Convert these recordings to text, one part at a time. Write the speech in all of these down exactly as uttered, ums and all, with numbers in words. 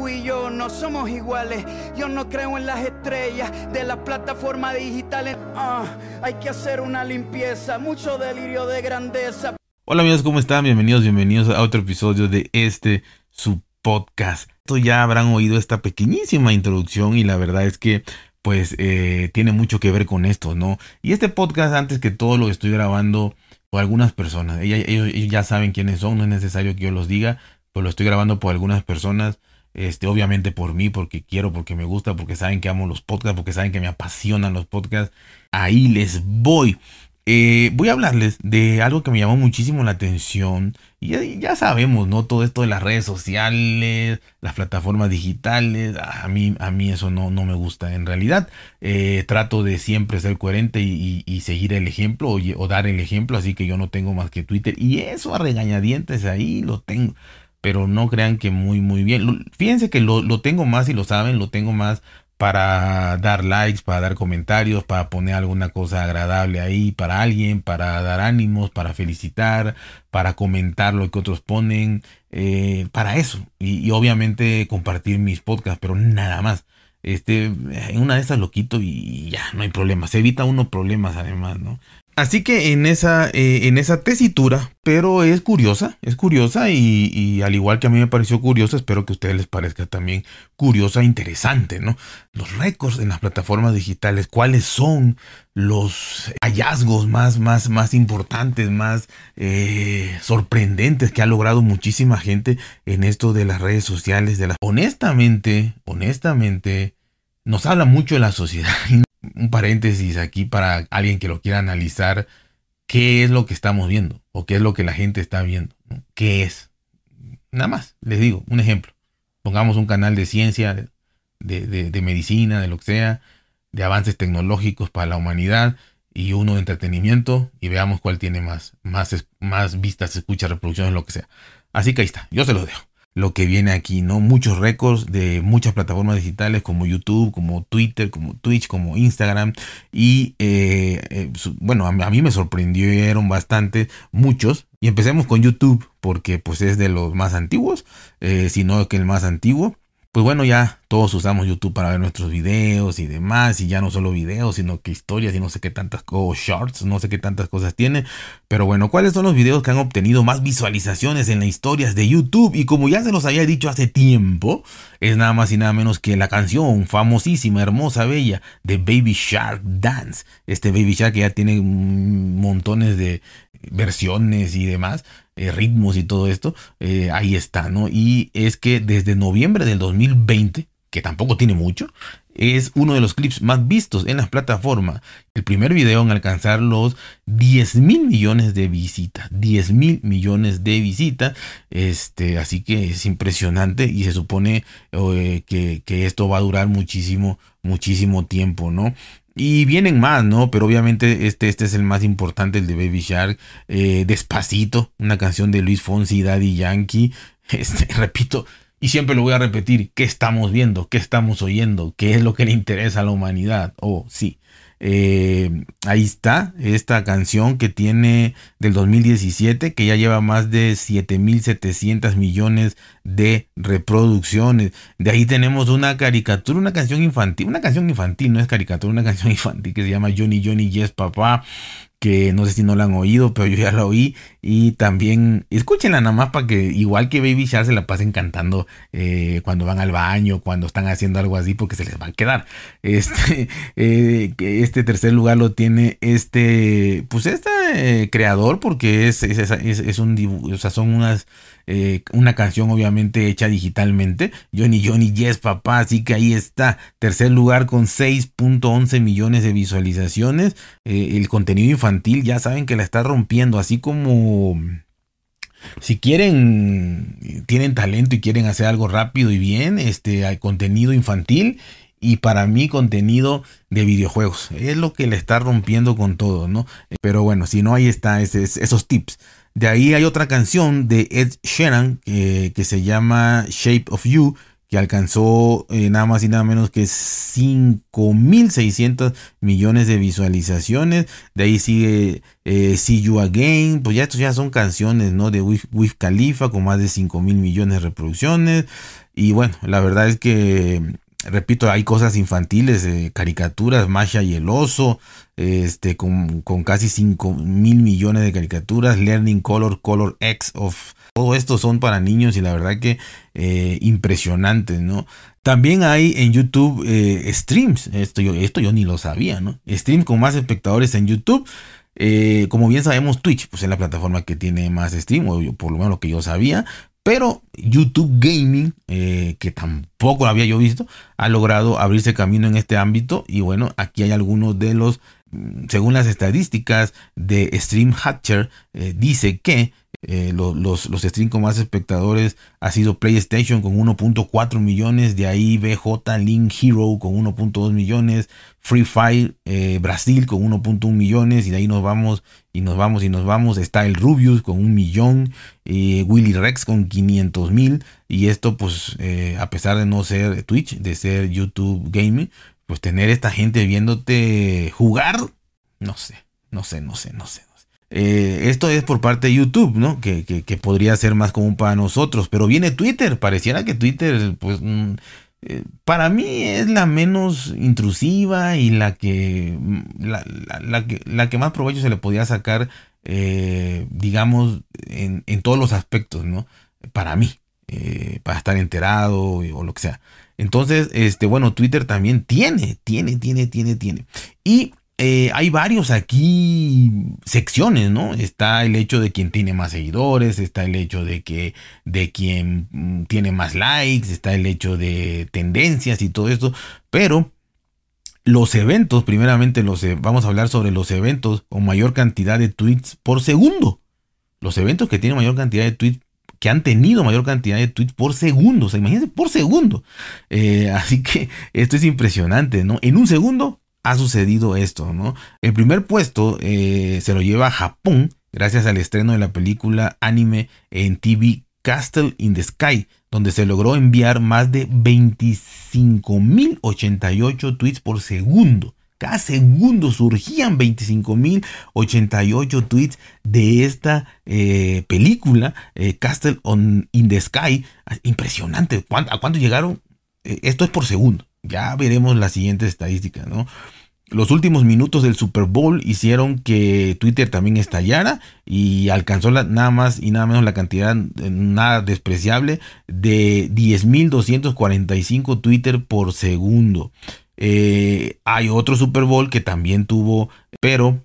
tú y yo no somos iguales. Yo no creo en las estrellas de las plataformas digitales. Uh, hay que hacer una limpieza, mucho delirio de grandeza. Hola amigos, ¿cómo están? Bienvenidos, bienvenidos a otro episodio de este, su podcast. Esto ya habrán oído esta pequeñísima introducción y la verdad es que pues eh, tiene mucho que ver con esto, ¿no? Y este podcast, antes que todo, lo estoy grabando por algunas personas. Ellos, ellos, ellos ya saben quiénes son, no es necesario que yo los diga, pero lo estoy grabando por algunas personas. Este, obviamente por mí, porque quiero, porque me gusta, porque saben que amo los podcasts, porque saben que me apasionan los podcasts. Ahí les voy. Eh, voy a hablarles de algo que me llamó muchísimo la atención. Y ya, ya sabemos, ¿no? Todo esto de las redes sociales, las plataformas digitales. A mí, a mí eso no, no me gusta. En realidad, eh, trato de siempre ser coherente y, y, y seguir el ejemplo o, o dar el ejemplo. Así que yo no tengo más que Twitter. Y eso a regañadientes ahí lo tengo. Pero no crean que muy, muy bien. Lo, fíjense que lo, lo tengo más, y lo saben, lo tengo más para dar likes, para dar comentarios, para poner alguna cosa agradable ahí para alguien, para dar ánimos, para felicitar, para comentar lo que otros ponen, eh, para eso. Y, y obviamente compartir mis podcasts, pero nada más. Este, en una de esas lo quito y ya, no hay problema. Se evita uno problemas además, ¿no? Así que en esa, eh, en esa tesitura, pero es curiosa, es curiosa y, y al igual que a mí me pareció curiosa, espero que a ustedes les parezca también curiosa e interesante, ¿no? Los récords en las plataformas digitales, ¿cuáles son los hallazgos más, más, más importantes, más eh, sorprendentes que ha logrado muchísima gente en esto de las redes sociales? De la... Honestamente, honestamente, nos habla mucho de la sociedad. Un paréntesis aquí para alguien que lo quiera analizar. ¿Qué es lo que estamos viendo? ¿O qué es lo que la gente está viendo? ¿Qué es? Nada más, les digo, un ejemplo. Pongamos un canal de ciencia, de, de, de medicina, de lo que sea, de avances tecnológicos para la humanidad, y uno de entretenimiento, y veamos cuál tiene más, más, más vistas, escuchas, reproducciones, lo que sea. Así que ahí está, yo se los dejo. Lo que viene aquí, ¿no? Muchos récords de muchas plataformas digitales como YouTube, como Twitter, como Twitch, como Instagram. Y eh, eh, bueno, a, a mí me sorprendieron bastante muchos. Y empecemos con YouTube porque pues es de los más antiguos, eh, si no que el más antiguo. Pues bueno, ya todos usamos YouTube para ver nuestros videos y demás, y ya no solo videos, sino que historias y no sé qué tantas cosas, shorts, no sé qué tantas cosas tiene. Pero bueno, ¿cuáles son los videos que han obtenido más visualizaciones en las historias de YouTube? Y como ya se los había dicho hace tiempo, es nada más y nada menos que la canción famosísima, hermosa, bella de Baby Shark Dance. Este Baby Shark que ya tiene montones de versiones y demás, eh, ritmos y todo esto, eh, ahí está, ¿no? Y es que desde noviembre del dos mil veinte, que tampoco tiene mucho, es uno de los clips más vistos en las plataformas. El primer video en alcanzar los diez mil millones de visitas. diez mil millones de visitas. Este, así que es impresionante y se supone eh, que, que esto va a durar muchísimo, muchísimo tiempo, ¿no? Y vienen más, ¿no? Pero obviamente este, este es el más importante, el de Baby Shark. Eh, Despacito, una canción de Luis Fonsi y Daddy Yankee. Este, repito, y siempre lo voy a repetir, ¿qué estamos viendo? ¿Qué estamos oyendo? ¿Qué es lo que le interesa a la humanidad? Oh, sí. Eh, ahí está esta canción que tiene del dos mil diecisiete, que ya lleva más de siete mil setecientos millones de reproducciones. De ahí tenemos una caricatura, una canción infantil, una canción infantil, no es caricatura, una canción infantil que se llama Johnny Johnny Yes Papá, que no sé si no la han oído, pero yo ya la oí. Y también escúchenla nada más para que, igual que Baby Shark, se la pasen cantando eh, cuando van al baño, cuando están haciendo algo así, porque se les va a quedar. Este, eh, este tercer lugar lo tiene este, pues este eh, creador, porque es, es, es, es un dibujo, o sea, son unas... Eh, una canción obviamente hecha digitalmente, Johnny Johnny Yes Papá, así que ahí está, tercer lugar con seis punto once millones de visualizaciones. Eh, el contenido infantil ya saben que la está rompiendo, así como si quieren, tienen talento y quieren hacer algo rápido y bien, este, hay contenido infantil. Y para mí contenido de videojuegos es lo que le está rompiendo con todo, ¿no? Pero bueno, si no, ahí está ese, esos tips. De ahí hay otra canción de Ed Sheeran eh, que se llama Shape of You, que alcanzó eh, nada más y nada menos que cinco mil seiscientos millones de visualizaciones. De ahí sigue eh, See You Again, pues ya estos ya son canciones, ¿no? De Wiz, Wiz Khalifa con más de cinco mil millones de reproducciones. Y bueno, la verdad es que, repito, hay cosas infantiles, eh, caricaturas, Masha y el oso, este, con, con casi cinco mil millones de caricaturas, Learning Color, Color X of... Todo esto son para niños y la verdad que eh, impresionantes, ¿no? También hay en YouTube eh, streams, esto yo, esto yo ni lo sabía, ¿no? Streams con más espectadores en YouTube. Eh, como bien sabemos, Twitch pues es la plataforma que tiene más stream, o yo, por lo menos lo que yo sabía. Pero YouTube Gaming, eh, que tampoco lo había yo visto, ha logrado abrirse camino en este ámbito. Y bueno, aquí hay algunos de los, según las estadísticas de Stream Hatcher, eh, dice que eh, lo, los, los streams con más espectadores ha sido PlayStation con uno punto cuatro millones, de ahí B J Link Hero con uno punto dos millones, Free Fire eh, Brasil con uno punto uno millones, y de ahí nos vamos y nos vamos y nos vamos. Está el Rubius con un millón, eh, Willy Rex con quinientos mil, y esto pues eh, a pesar de no ser Twitch, de ser YouTube Gaming, pues tener esta gente viéndote jugar, no sé, no sé, no sé, no sé. Eh, esto es por parte de YouTube, ¿no? Que, que, que podría ser más común para nosotros. Pero viene Twitter. Pareciera que Twitter, pues, mm, eh, para mí es la menos intrusiva y la que, la, la, la que, la que más provecho se le podía sacar, eh, digamos, en, en todos los aspectos, ¿no? Para mí, eh, para estar enterado o lo que sea. Entonces, este, bueno, Twitter también tiene, tiene, tiene, tiene, tiene. Y Eh, hay varios aquí secciones, ¿no? Está el hecho de quien tiene más seguidores, está el hecho de que de quien mm, tiene más likes, está el hecho de tendencias y todo esto, pero los eventos, primeramente los vamos a hablar sobre los eventos con mayor cantidad de tweets por segundo. Los eventos que tienen mayor cantidad de tweets, que han tenido mayor cantidad de tweets por segundo, o sea, imagínense, por segundo. Eh, así que esto es impresionante, ¿no? En un segundo ha sucedido esto, ¿no? El primer puesto eh, se lo lleva Japón gracias al estreno de la película anime en T V Castle in the Sky, donde se logró enviar más de veinticinco mil ochenta y ocho tweets por segundo. Cada segundo surgían veinticinco mil ochenta y ocho tweets de esta eh, película, eh, Castle on, in the Sky. Impresionante. ¿A cuánto llegaron? Eh, esto es por segundo. Ya veremos las siguientes estadísticas, ¿no? Los últimos minutos del Super Bowl hicieron que Twitter también estallara y alcanzó la, nada más y nada menos la cantidad nada despreciable de diez mil doscientos cuarenta y cinco Twitter por segundo. Eh, hay otro Super Bowl que también tuvo, pero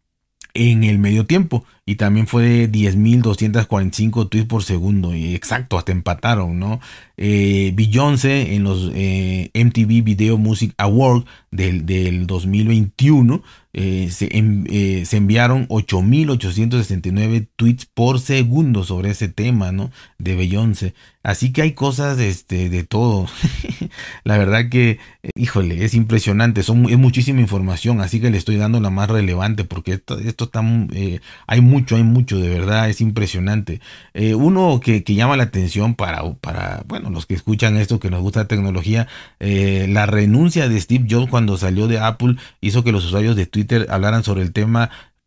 en el medio tiempo, y también fue de diez mil doscientos cuarenta y cinco tweets por segundo, y exacto, hasta empataron, ¿no? Eh, Beyoncé en los eh, M T V Video Music Award del, del dos mil veintiuno eh, se, en, eh, se enviaron ocho mil ochocientos sesenta y nueve tweets por segundo sobre ese tema, ¿no? De Beyoncé. Así que hay cosas este, de todo. La verdad que, eh, híjole, es impresionante, son, es muchísima información, así que le estoy dando la más relevante porque esto, esto está, eh, hay mucho, hay mucho, de verdad, es impresionante. Eh, uno que, que llama la atención para, para, bueno, los que escuchan esto, que nos gusta la tecnología, eh, la renuncia de Steve Jobs cuando salió de Apple hizo que los usuarios de Twitter hablaran sobre el tema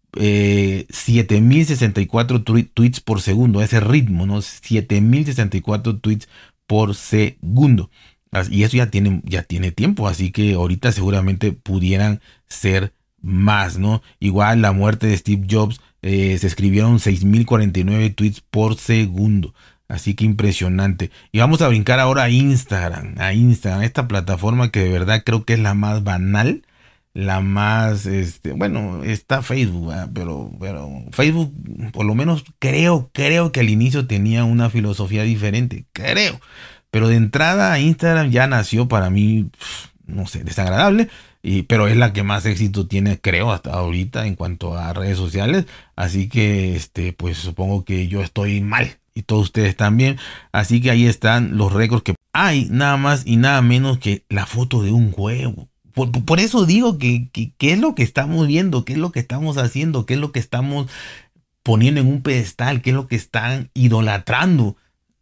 eh, siete mil sesenta y cuatro tweets por segundo, ese ritmo, ¿no? siete mil sesenta y cuatro tweets por segundo. Y eso ya tiene, ya tiene tiempo, así que ahorita seguramente pudieran ser más, ¿no? Igual la muerte de Steve Jobs, eh, se escribieron seis mil cuarenta y nueve tweets por segundo. Así que impresionante. Y vamos a brincar ahora a Instagram, a Instagram, esta plataforma que de verdad creo que es la más banal, la más, este, bueno, está Facebook, ¿verdad? pero, pero Facebook, por lo menos creo, creo que al inicio tenía una filosofía diferente, creo. Pero de entrada Instagram ya nació para mí, no sé, desagradable, y, pero es la que más éxito tiene, creo, hasta ahorita en cuanto a redes sociales. Así que, este, pues supongo que yo estoy mal y todos ustedes también. Así que ahí están los récords que hay, nada más y nada menos que la foto de un huevo. Por, por eso digo que, que, que es lo que estamos viendo, qué es lo que estamos haciendo, qué es lo que estamos poniendo en un pedestal, qué es lo que están idolatrando.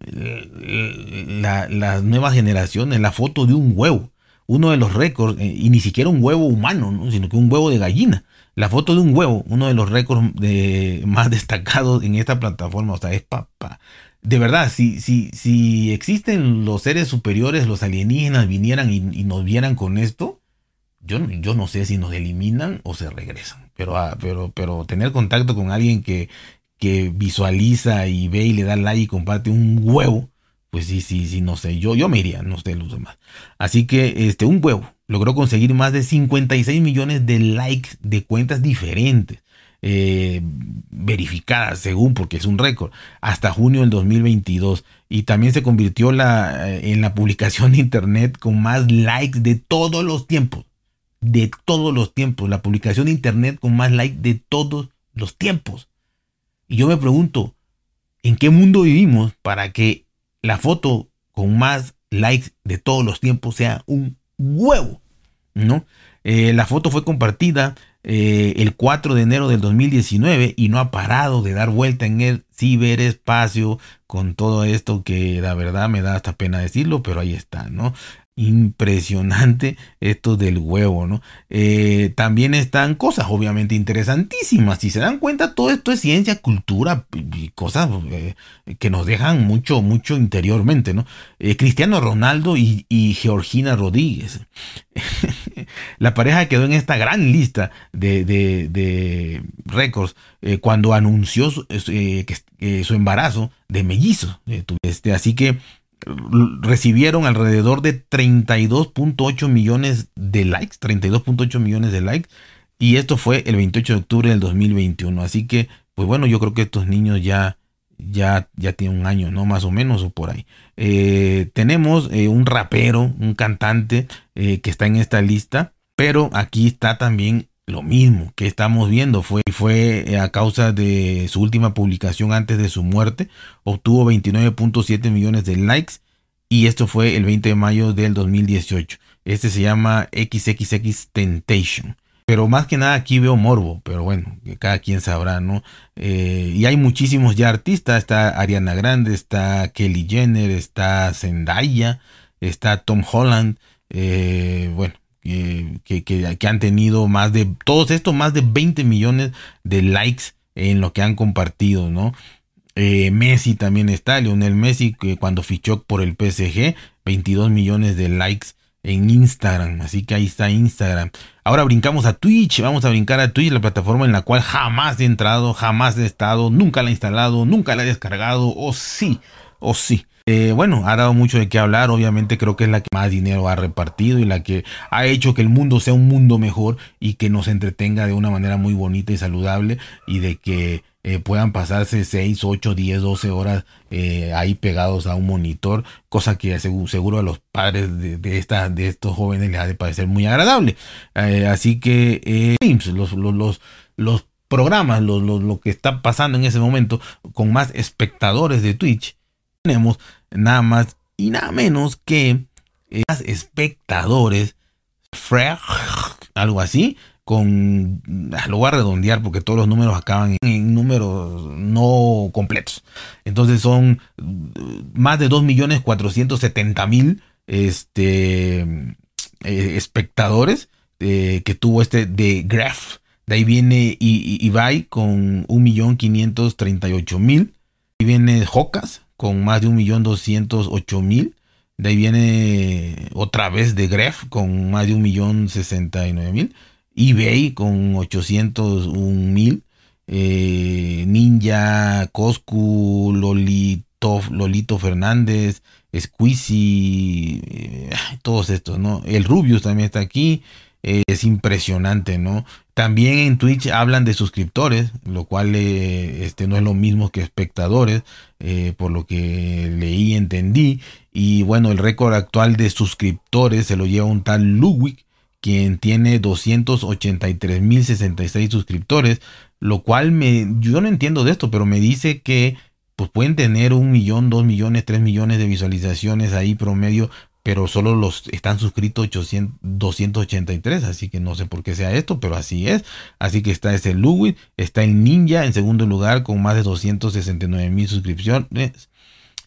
la, las nuevas generaciones, la foto de un huevo, uno de los récords, eh, y ni siquiera un huevo humano, ¿no? Sino que un huevo de gallina. La foto de un huevo, uno de los récords de, más destacados en esta plataforma. O sea, es papá. De verdad, si, si, si existen los seres superiores, los alienígenas vinieran y, y nos vieran con esto, yo, yo no sé si nos eliminan o se regresan. Pero, ah, pero, pero tener contacto con alguien que, que visualiza y ve y le da like y comparte un huevo, pues sí, sí, sí, no sé. Yo, yo me iría, no sé los demás. Así que este, un huevo logró conseguir más de cincuenta y seis millones de likes de cuentas diferentes. Eh, verificadas según, porque es un récord, hasta junio del dos mil veintidós, y también se convirtió la, en la publicación de internet con más likes de todos los tiempos, de todos los tiempos, la publicación de internet con más likes de todos los tiempos. Y yo me pregunto, ¿en qué mundo vivimos para que la foto con más likes de todos los tiempos sea un huevo? ¿No? Eh, la foto fue compartida eh, el cuatro de enero del dos mil diecinueve y no ha parado de dar vuelta en el ciberespacio con todo esto que la verdad me da hasta pena decirlo, pero ahí está, ¿no? Impresionante esto del huevo, ¿no? Eh, también están cosas obviamente interesantísimas. Si se dan cuenta, todo esto es ciencia, cultura y cosas eh, que nos dejan mucho, mucho interiormente, ¿no? Eh, Cristiano Ronaldo y, y Georgina Rodríguez. La pareja quedó en esta gran lista de, de, de récords eh, cuando anunció su, eh, que, eh, su embarazo de mellizos. Eh, este, así que recibieron alrededor de treinta y dos punto ocho millones de likes, treinta y dos punto ocho millones de likes, y esto fue el veintiocho de octubre del dos mil veintiuno. Así que, pues bueno, yo creo que estos niños ya, ya, ya tienen un año, ¿no? Más o menos, o por ahí. Eh, tenemos eh, un rapero, un cantante eh, que está en esta lista, pero aquí está también lo mismo que estamos viendo. Fue, fue a causa de su última publicación antes de su muerte. Obtuvo veintinueve punto siete millones de likes. Y esto fue el veinte de mayo del dos mil dieciocho. Este se llama equis equis equis Temptation. Pero más que nada aquí veo morbo. Pero bueno, que cada quien sabrá, ¿no? Eh, y hay muchísimos ya artistas. Está Ariana Grande, está Kelly Jenner, está Zendaya, está Tom Holland. Eh, bueno. Que, que, que han tenido más de, todos estos más de veinte millones de likes en lo que han compartido, ¿no? Eh, Messi también está, Lionel Messi, que cuando fichó por el P S G, veintidós millones de likes en Instagram, así que ahí está Instagram. Ahora brincamos a Twitch, vamos a brincar a Twitch, la plataforma en la cual jamás he entrado, jamás he estado, nunca la he instalado, nunca la he descargado, o sí, o sí. Eh, bueno, ha dado mucho de qué hablar. Obviamente creo que es la que más dinero ha repartido y la que ha hecho que el mundo sea un mundo mejor y que nos entretenga de una manera muy bonita y saludable, y de que eh, puedan pasarse seis, ocho, diez, doce horas eh, ahí pegados a un monitor, cosa que seguro, seguro a los padres de, de, esta, de estos jóvenes les ha de parecer muy agradable. Eh, así que eh, los, los, los, los programas, lo, lo, lo que está pasando en ese momento con más espectadores de Twitch, tenemos nada más y nada menos que eh, más espectadores, algo así, con, lo voy a redondear porque todos los números acaban en, en números no completos. Entonces son más de dos millones cuatrocientos setenta mil este, eh, espectadores eh, que tuvo este de Graph. De ahí viene Ibai con un millón quinientos treinta y ocho mil. Ahí viene Jocas con más de un millón doscientos ocho mil. De ahí viene otra vez de Gref con más de un millón sesenta y nueve mil. eBay con ochocientos un mil. Eh, Ninja, Coscu, Lolito, Lolito Fernández, Squeezy, eh, todos estos, ¿no? El Rubius también está aquí. Eh, es impresionante, ¿no? También en Twitch hablan de suscriptores, lo cual eh, este, no es lo mismo que espectadores, eh, por lo que leí y entendí. Y bueno, el récord actual de suscriptores se lo lleva un tal Ludwig, quien tiene doscientos ochenta y tres mil sesenta y seis suscriptores, lo cual me, yo no entiendo de esto, pero me dice que pues pueden tener un millón, dos millones, tres millones de visualizaciones ahí promedio, pero solo los están suscritos ochocientos, doscientos ochenta y tres, así que no sé por qué sea esto, pero así es. Así que está ese Ludwig, está el Ninja en segundo lugar con más de doscientos sesenta y nueve mil suscripciones.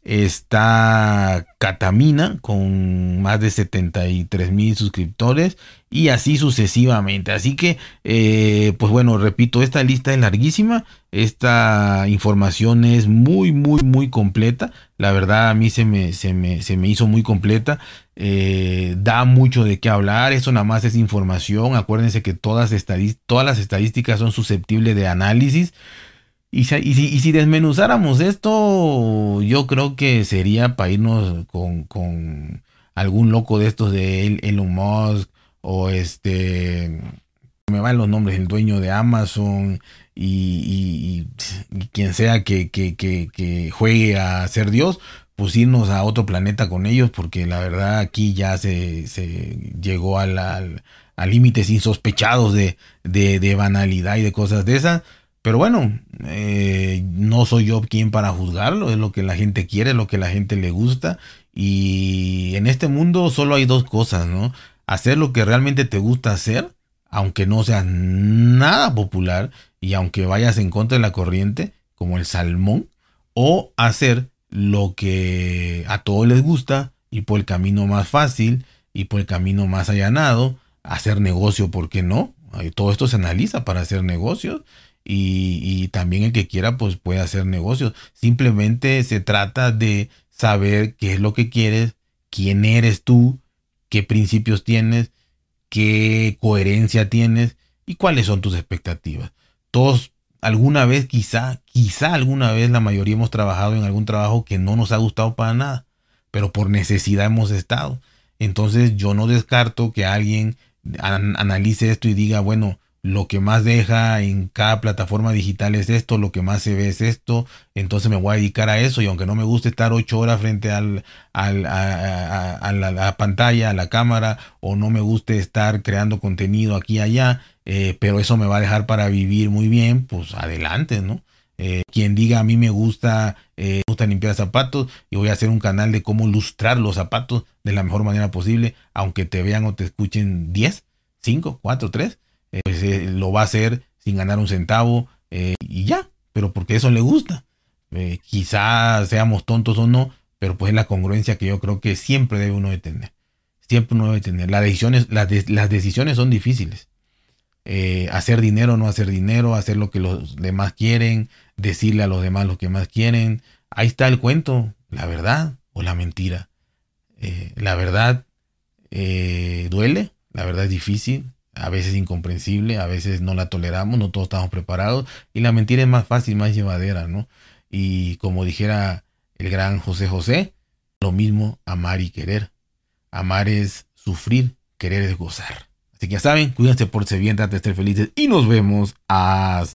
está Catamina con más de setenta y tres mil suscriptores y así sucesivamente. Así que, eh, pues bueno, repito, esta lista es larguísima, esta información es muy, muy, muy completa. La verdad a mí se me, se me, se me hizo muy completa, eh, da mucho de qué hablar, eso nada más es información. Acuérdense que todas, estadí- todas las estadísticas son susceptibles de análisis. Y si, y si- y si desmenuzáramos esto, yo creo que sería para irnos con, con algún loco de estos de El- Elon Musk o este, me van los nombres, el dueño de Amazon y, y- y- y quien sea que, que, que, que juegue a ser Dios, pues irnos a otro planeta con ellos, porque la verdad aquí ya se, se llegó a, la- al- a límites insospechados de, de, de banalidad y de cosas de esas. Pero bueno, eh, no soy yo quien para juzgarlo, es lo que la gente quiere, es lo que la gente le gusta. Y en este mundo solo hay dos cosas, ¿no? Hacer lo que realmente te gusta hacer, aunque no seas nada popular y aunque vayas en contra de la corriente, como el salmón, o hacer lo que a todos les gusta y por el camino más fácil y por el camino más allanado, hacer negocio, ¿por qué no? Eh, Todo esto se analiza para hacer negocios y, y también el que quiera pues puede hacer negocios. Simplemente se trata de saber qué es lo que quieres, quién eres tú, qué principios tienes, qué coherencia tienes y cuáles son tus expectativas. Todos alguna vez, quizá, quizá alguna vez la mayoría hemos trabajado en algún trabajo que no nos ha gustado para nada, pero por necesidad hemos estado. Entonces yo no descarto que alguien an- analice esto y diga, bueno, lo que más deja en cada plataforma digital es esto, lo que más se ve es esto, entonces me voy a dedicar a eso y aunque no me guste estar ocho horas frente al, al- a, a- a la, la pantalla, a la cámara, o no me guste estar creando contenido aquí y allá, eh, pero eso me va a dejar para vivir muy bien, pues adelante, ¿no? Eh, quien diga a mí me gusta, eh, me gusta limpiar zapatos y voy a hacer un canal de cómo lustrar los zapatos de la mejor manera posible, aunque te vean o te escuchen diez, cinco, cuatro, tres, eh, pues eh, lo va a hacer sin ganar un centavo, eh, y ya, pero porque eso le gusta. Eh, quizás seamos tontos o no, pero pues es la congruencia que yo creo que siempre debe uno de tener. Siempre uno debe tener. Las decisiones, las, de- las decisiones son difíciles. Eh, hacer dinero o no hacer dinero, hacer lo que los demás quieren, decirle a los demás lo que más quieren. Ahí está el cuento, la verdad o la mentira. Eh, la verdad eh, duele, la verdad es difícil, a veces incomprensible, a veces no la toleramos, no todos estamos preparados y la mentira es más fácil, más llevadera, ¿no? Y como dijera el gran José José, lo mismo amar y querer. Amar es sufrir, querer es gozar. Así que ya saben, cuídense, por ser bien, traten de estar felices y nos vemos hasta